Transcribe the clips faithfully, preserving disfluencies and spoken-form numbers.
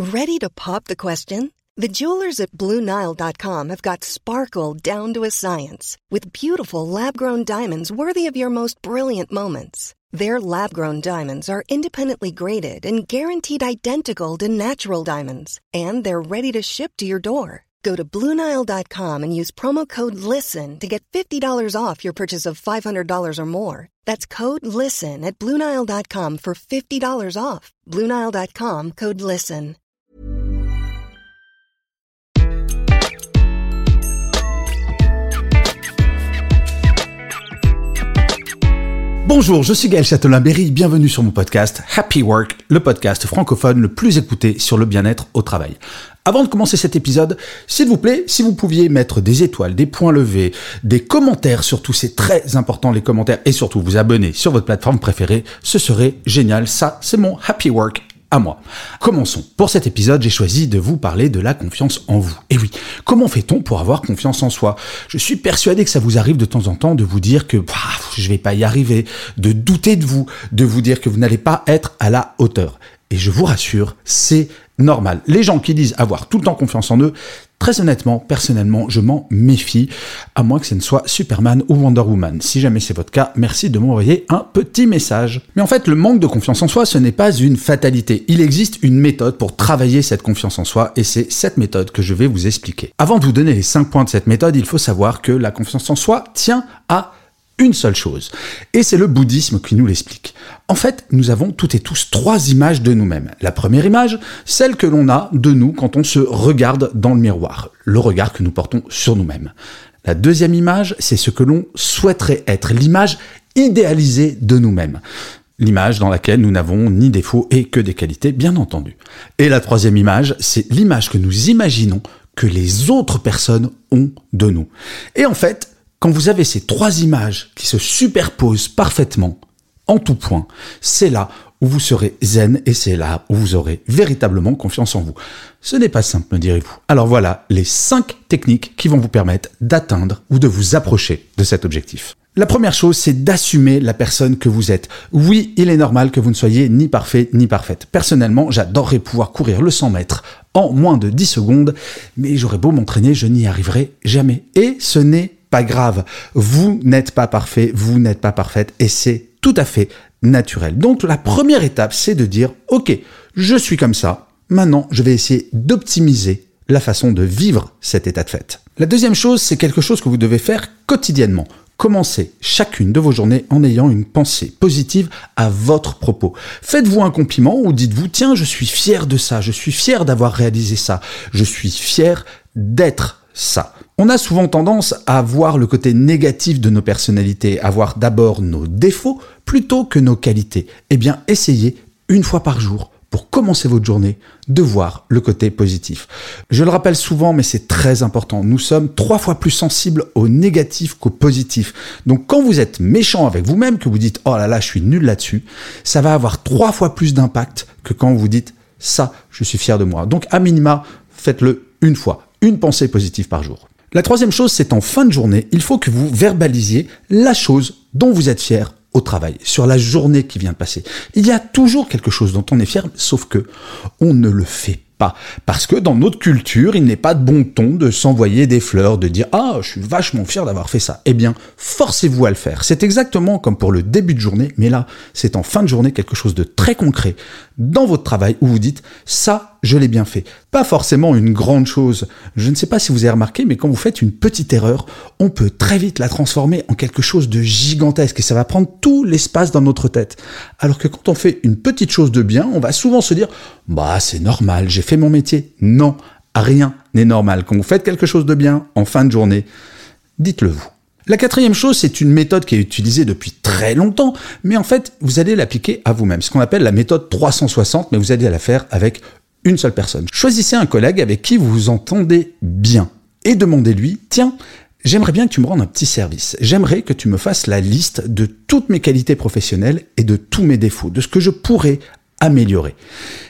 Ready to pop the question? The jewelers at Blue Nile dot com have got sparkle down to a science with beautiful lab-grown diamonds worthy of your most brilliant moments. Their lab-grown diamonds are independently graded and guaranteed identical to natural diamonds, and they're ready to ship to your door. Go to Blue Nile dot com and use promo code LISTEN to get fifty dollars off your purchase of five hundred dollars or more. That's code LISTEN at Blue Nile dot com for fifty dollars off. Blue Nile dot com, code LISTEN. Bonjour, je suis Gaël Châtelain-Berry, bienvenue sur mon podcast Happy Work, le podcast francophone le plus écouté sur le bien-être au travail. Avant de commencer cet épisode, s'il vous plaît, si vous pouviez mettre des étoiles, des points levés, des commentaires, surtout c'est très important les commentaires, et surtout vous abonner sur votre plateforme préférée, ce serait génial, ça c'est mon Happy Work à moi. Commençons. Pour cet épisode, j'ai choisi de vous parler de la confiance en vous. Et oui, comment fait-on pour avoir confiance en soi ? Je suis persuadé que ça vous arrive de temps en temps de vous dire que bah, je vais pas y arriver, de douter de vous, de vous dire que vous n'allez pas être à la hauteur. Et je vous rassure, c'est normal. Les gens qui disent avoir tout le temps confiance en eux, très honnêtement, personnellement, je m'en méfie, à moins que ce ne soit Superman ou Wonder Woman. Si jamais c'est votre cas, merci de m'envoyer un petit message. Mais en fait, le manque de confiance en soi, ce n'est pas une fatalité. Il existe une méthode pour travailler cette confiance en soi, et c'est cette méthode que je vais vous expliquer. Avant de vous donner les cinq points de cette méthode, il faut savoir que la confiance en soi tient à une seule chose, et c'est le bouddhisme qui nous l'explique. En fait, nous avons toutes et tous trois images de nous-mêmes. La première image, celle que l'on a de nous quand on se regarde dans le miroir, le regard que nous portons sur nous-mêmes. La deuxième image, c'est ce que l'on souhaiterait être, l'image idéalisée de nous-mêmes. L'image dans laquelle nous n'avons ni défauts et que des qualités, bien entendu. Et la troisième image, c'est l'image que nous imaginons que les autres personnes ont de nous. Et en fait, quand vous avez ces trois images qui se superposent parfaitement, en tout point, c'est là où vous serez zen et c'est là où vous aurez véritablement confiance en vous. Ce n'est pas simple, me direz-vous. Alors voilà les cinq techniques qui vont vous permettre d'atteindre ou de vous approcher de cet objectif. La première chose, c'est d'assumer la personne que vous êtes. Oui, il est normal que vous ne soyez ni parfait ni parfaite. Personnellement, j'adorerais pouvoir courir le cent mètres en moins de dix secondes, mais j'aurais beau m'entraîner, je n'y arriverai jamais. Et ce n'est pas grave. Vous n'êtes pas parfait, vous n'êtes pas parfaite, et c'est tout à fait naturel. Donc la première étape, c'est de dire « Ok, je suis comme ça, maintenant je vais essayer d'optimiser la façon de vivre cet état de fait. » La deuxième chose, c'est quelque chose que vous devez faire quotidiennement. Commencez chacune de vos journées en ayant une pensée positive à votre propos. Faites-vous un compliment ou dites-vous « Tiens, je suis fier de ça, je suis fier d'avoir réalisé ça, je suis fier d'être ça. » On a souvent tendance à voir le côté négatif de nos personnalités, à voir d'abord nos défauts plutôt que nos qualités. Eh bien, essayez une fois par jour, pour commencer votre journée, de voir le côté positif. Je le rappelle souvent, mais c'est très important. Nous sommes trois fois plus sensibles au négatif qu'au positif. Donc, quand vous êtes méchant avec vous-même, que vous dites « Oh là là, je suis nul là-dessus », ça va avoir trois fois plus d'impact que quand vous dites « Ça, je suis fier de moi ». Donc, à minima, faites-le une fois, une pensée positive par jour. La troisième chose, c'est en fin de journée, il faut que vous verbalisiez la chose dont vous êtes fier au travail, sur la journée qui vient de passer. Il y a toujours quelque chose dont on est fier, sauf que on ne le fait pas. Parce que dans notre culture, il n'est pas de bon ton de s'envoyer des fleurs, de dire « Ah, je suis vachement fier d'avoir fait ça ». Eh bien, forcez-vous à le faire. C'est exactement comme pour le début de journée, mais là, c'est en fin de journée quelque chose de très concret dans votre travail où vous dites « Ça, je l'ai bien fait ». Pas forcément une grande chose. Je ne sais pas si vous avez remarqué, mais quand vous faites une petite erreur, on peut très vite la transformer en quelque chose de gigantesque et ça va prendre tout l'espace dans notre tête. Alors que quand on fait une petite chose de bien, on va souvent se dire « Bah, c'est normal, j'ai fait mon métier ». Non, rien n'est normal. Quand vous faites quelque chose de bien en fin de journée, dites-le vous. La quatrième chose, c'est une méthode qui est utilisée depuis très longtemps, mais en fait, vous allez l'appliquer à vous-même. Ce qu'on appelle la méthode trois cent soixante, mais vous allez la faire avec une seule personne. Choisissez un collègue avec qui vous vous entendez bien et demandez-lui « Tiens, j'aimerais bien que tu me rendes un petit service. J'aimerais que tu me fasses la liste de toutes mes qualités professionnelles et de tous mes défauts, de ce que je pourrais améliorer. »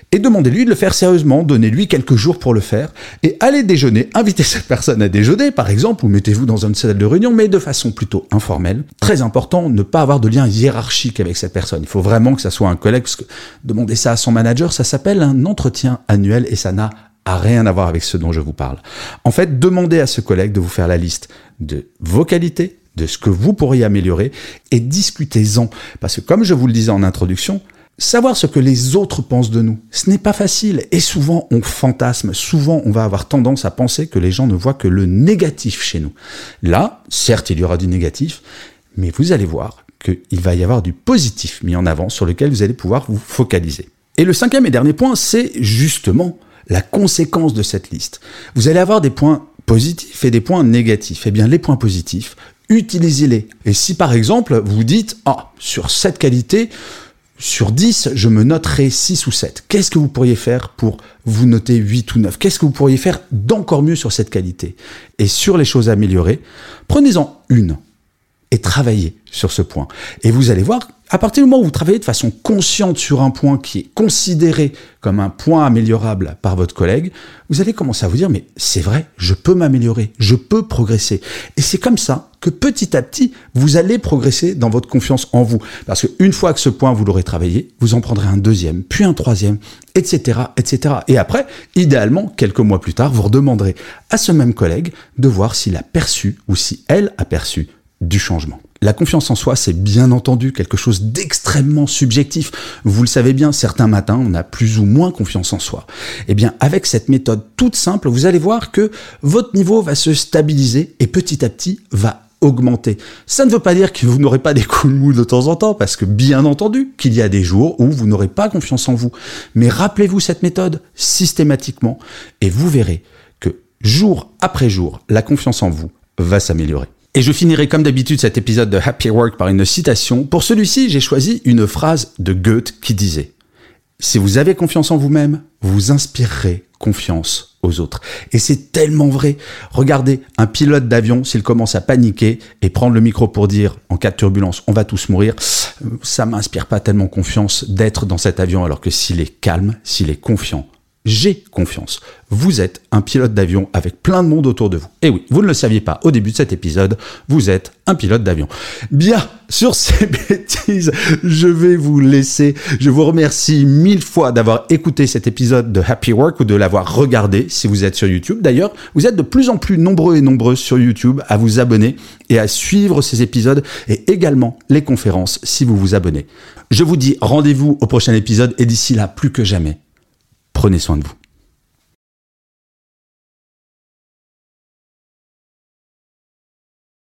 Et demandez-lui de le faire sérieusement, donnez-lui quelques jours pour le faire, et allez déjeuner, invitez cette personne à déjeuner, par exemple, ou mettez-vous dans une salle de réunion, mais de façon plutôt informelle. Très important, ne pas avoir de lien hiérarchique avec cette personne. Il faut vraiment que ça soit un collègue, parce que demander ça à son manager, ça s'appelle un entretien annuel, et ça n'a a rien à voir avec ce dont je vous parle. En fait, demandez à ce collègue de vous faire la liste de vos qualités, de ce que vous pourriez améliorer, et discutez-en. Parce que comme je vous le disais en introduction, savoir ce que les autres pensent de nous, ce n'est pas facile. Et souvent, on fantasme. Souvent, on va avoir tendance à penser que les gens ne voient que le négatif chez nous. Là, certes, il y aura du négatif, mais vous allez voir qu'il va y avoir du positif mis en avant sur lequel vous allez pouvoir vous focaliser. Et le cinquième et dernier point, c'est justement la conséquence de cette liste. Vous allez avoir des points positifs et des points négatifs. Eh bien, les points positifs, utilisez-les. Et si par exemple, vous dites « Ah, sur cette qualité, sur dix, je me noterai six ou sept. » Qu'est-ce que vous pourriez faire pour vous noter huit ou neuf? Qu'est-ce que vous pourriez faire d'encore mieux sur cette qualité? Et sur les choses à améliorer, prenez-en une et travaillez sur ce point. Et vous allez voir, à partir du moment où vous travaillez de façon consciente sur un point qui est considéré comme un point améliorable par votre collègue, vous allez commencer à vous dire, mais c'est vrai, je peux m'améliorer, je peux progresser. Et c'est comme ça que petit à petit, vous allez progresser dans votre confiance en vous. Parce qu'une fois que ce point, vous l'aurez travaillé, vous en prendrez un deuxième, puis un troisième, et cetera, et cetera. Et après, idéalement, quelques mois plus tard, vous redemanderez à ce même collègue de voir s'il a perçu ou si elle a perçu du changement. La confiance en soi, c'est bien entendu quelque chose d'extrêmement subjectif. Vous le savez bien, certains matins, on a plus ou moins confiance en soi. Eh bien, avec cette méthode toute simple, vous allez voir que votre niveau va se stabiliser et petit à petit va augmenter. Ça ne veut pas dire que vous n'aurez pas des coups de mou de temps en temps, parce que bien entendu qu'il y a des jours où vous n'aurez pas confiance en vous. Mais rappelez-vous cette méthode systématiquement et vous verrez que jour après jour, la confiance en vous va s'améliorer. Et je finirai comme d'habitude cet épisode de Happy Work par une citation. Pour celui-ci, j'ai choisi une phrase de Goethe qui disait « Si vous avez confiance en vous-même, vous inspirerez confiance aux autres. » Et c'est tellement vrai. Regardez, un pilote d'avion, s'il commence à paniquer et prendre le micro pour dire en cas de turbulence, on va tous mourir, ça m'inspire pas tellement confiance d'être dans cet avion, alors que s'il est calme, s'il est confiant, j'ai confiance. Vous êtes un pilote d'avion avec plein de monde autour de vous. Et oui, vous ne le saviez pas au début de cet épisode, vous êtes un pilote d'avion. Bien, sur ces bêtises, je vais vous laisser. Je vous remercie mille fois d'avoir écouté cet épisode de Happy Work ou de l'avoir regardé si vous êtes sur YouTube. D'ailleurs, vous êtes de plus en plus nombreux et nombreuses sur YouTube à vous abonner et à suivre ces épisodes et également les conférences si vous vous abonnez. Je vous dis rendez-vous au prochain épisode et d'ici là, plus que jamais, prenez soin de vous.